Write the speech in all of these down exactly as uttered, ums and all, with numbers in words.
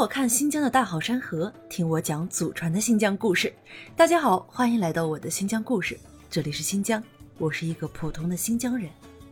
我看新疆的大好山河，听我讲祖传的新疆故事。大家好，欢迎来到我的新疆故事，这里是新疆，我是一个普通的新疆人。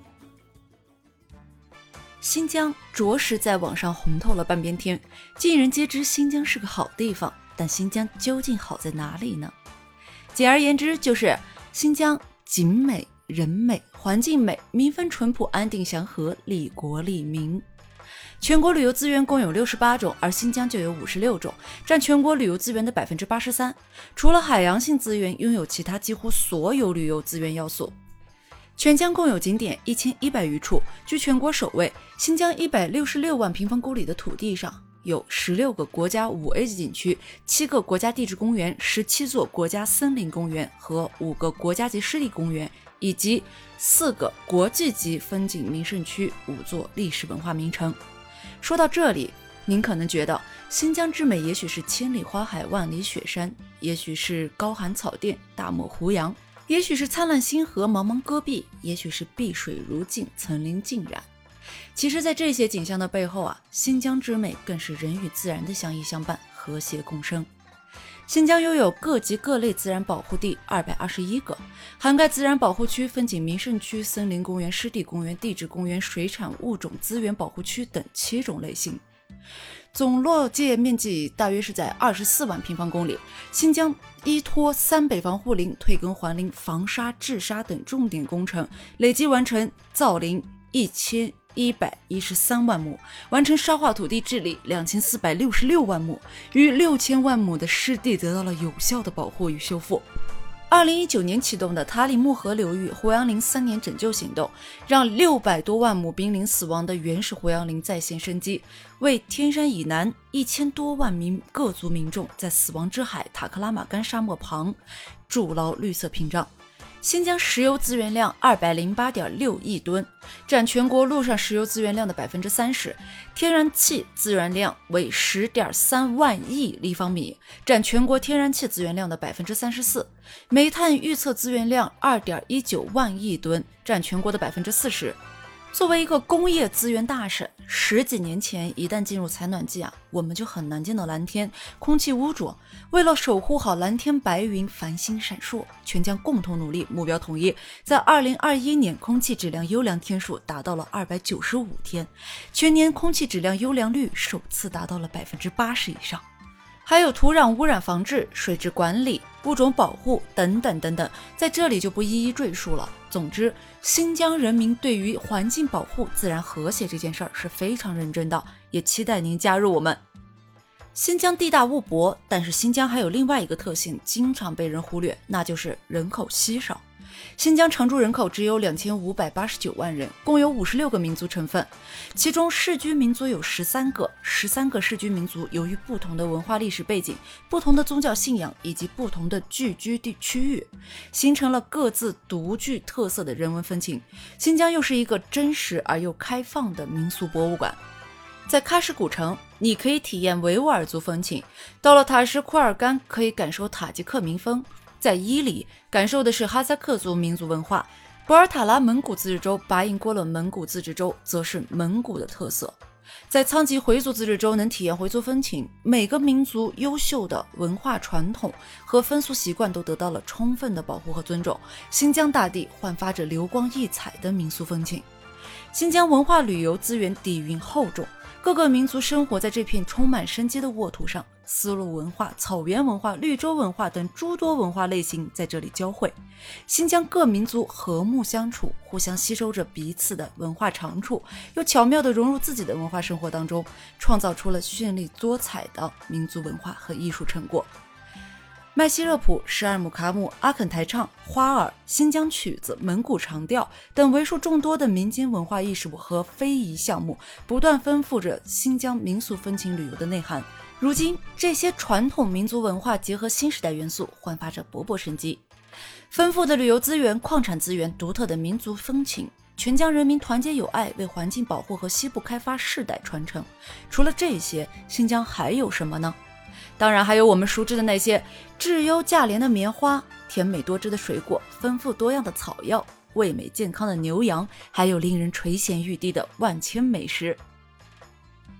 新疆着实在网上红透了半边天，尽人皆知新疆是个好地方，但新疆究竟好在哪里呢？简而言之，就是新疆景美、人美、环境美，民风淳朴、安定祥和，利国利民。全国旅游资源共有六十八种，而新疆就有五十六种，占全国旅游资源的 百分之八十三。 除了海洋性资源，拥有其他几乎所有旅游资源要素。全疆共有景点一千一百余处，居全国首位。新疆一百六十六万平方公里的土地上，有十六个国家 五 A 级景区，七个国家地质公园，十七座国家森林公园和五个国家级湿地公园，以及四个国际级风景名胜区，五座历史文化名城。说到这里，您可能觉得新疆之美也许是千里花海、万里雪山，也许是高寒草甸、大漠胡杨，也许是灿烂星河、茫茫戈壁，也许是碧水如镜、层林尽染。其实在这些景象的背后啊，新疆之美更是人与自然的相依相伴、和谐共生。新疆拥有各级各类自然保护地二百二十一个，涵盖自然保护区、风景名胜区、森林公园、湿地公园、地质公园、水产物种资源保护区等七种类型，总落界面积大约是在二十四万平方公里。新疆依托三北防护林、退耕还林、防沙治沙等重点工程，累计完成造林一千一百一十三万亩，完成沙化土地治理两千四百六十六万亩，逾六千万亩的湿地得到了有效的保护与修复。二零一九年启动的塔里木河流域胡杨林三年拯救行动，让六百多万亩濒临死亡的原始胡杨林再现生机，为天山以南一千多万名各族民众在死亡之海塔克拉玛干沙漠旁筑牢绿色屏障。新疆石油资源量 二百零八点六亿吨，占全国陆上石油资源量的 百分之三十， 天然气资源量为 十点三万亿立方米，占全国天然气资源量的 百分之三十四， 煤炭预测资源量 二点一九万亿吨，占全国的 百分之四十。作为一个工业资源大省，十几年前一旦进入采暖季啊，我们就很难见到蓝天，空气污浊。为了守护好蓝天白云繁星闪烁，全疆共同努力，目标统一，在二零二一年空气质量优良天数达到了二百九十五天，全年空气质量优良率首次达到了 百分之八十 以上。还有土壤污染防治、水质管理、物种保护等等等等，在这里就不一一赘述了。总之，新疆人民对于环境保护、自然和谐这件事儿是非常认真的，也期待您加入我们。新疆地大物博，但是新疆还有另外一个特性经常被人忽略，那就是人口稀少。新疆常住人口只有两千五百八十九万人，共有五十六个民族成分，其中世居民族有十三个，十三个世居民族由于不同的文化历史背景、不同的宗教信仰以及不同的聚居地区域，形成了各自独具特色的人文风情。新疆又是一个真实而又开放的民俗博物馆。在喀什古城，你可以体验维吾尔族风情；到了塔什库尔干，可以感受塔吉克民风；在伊犁，感受的是哈萨克族民族文化；博尔塔拉蒙古自治州、巴音郭伦蒙古自治州则是蒙古的特色；在仓吉回族自治州，能体验回族风情。每个民族优秀的文化传统和风俗习惯都得到了充分的保护和尊重。新疆大地焕发着流光溢彩的民俗风情。新疆文化旅游资源底蕴厚重，各个民族生活在这片充满生机的沃土上，丝路文化、草原文化、绿洲文化等诸多文化类型在这里交汇。新疆各民族和睦相处，互相吸收着彼此的文化长处，又巧妙地融入自己的文化生活当中，创造出了绚丽多彩的民族文化和艺术成果。麦西热普、十二木卡姆、阿肯台唱、花儿、新疆曲子、蒙古长调等为数众多的民间文化艺术和非遗项目，不断丰富着新疆民俗风情旅游的内涵。如今，这些传统民族文化结合新时代元素，焕发着勃勃生机。丰富的旅游资源、矿产资源、独特的民族风情，全疆人民团结友爱，为环境保护和西部开发世代传承。除了这些，新疆还有什么呢？当然还有我们熟知的那些质优价廉的棉花、甜美多汁的水果、丰富多样的草药、味美健康的牛羊，还有令人垂涎欲滴的万千美食。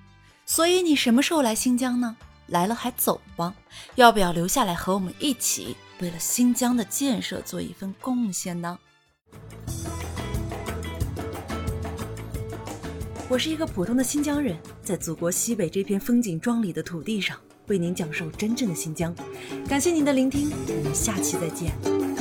所以你什么时候来新疆呢？来了还走吗？要不要留下来和我们一起为了新疆的建设做一份贡献呢？我是一个普通的新疆人，在祖国西北这片风景壮丽的土地上，为您讲述真正的新疆。感谢您的聆听，我们下期再见。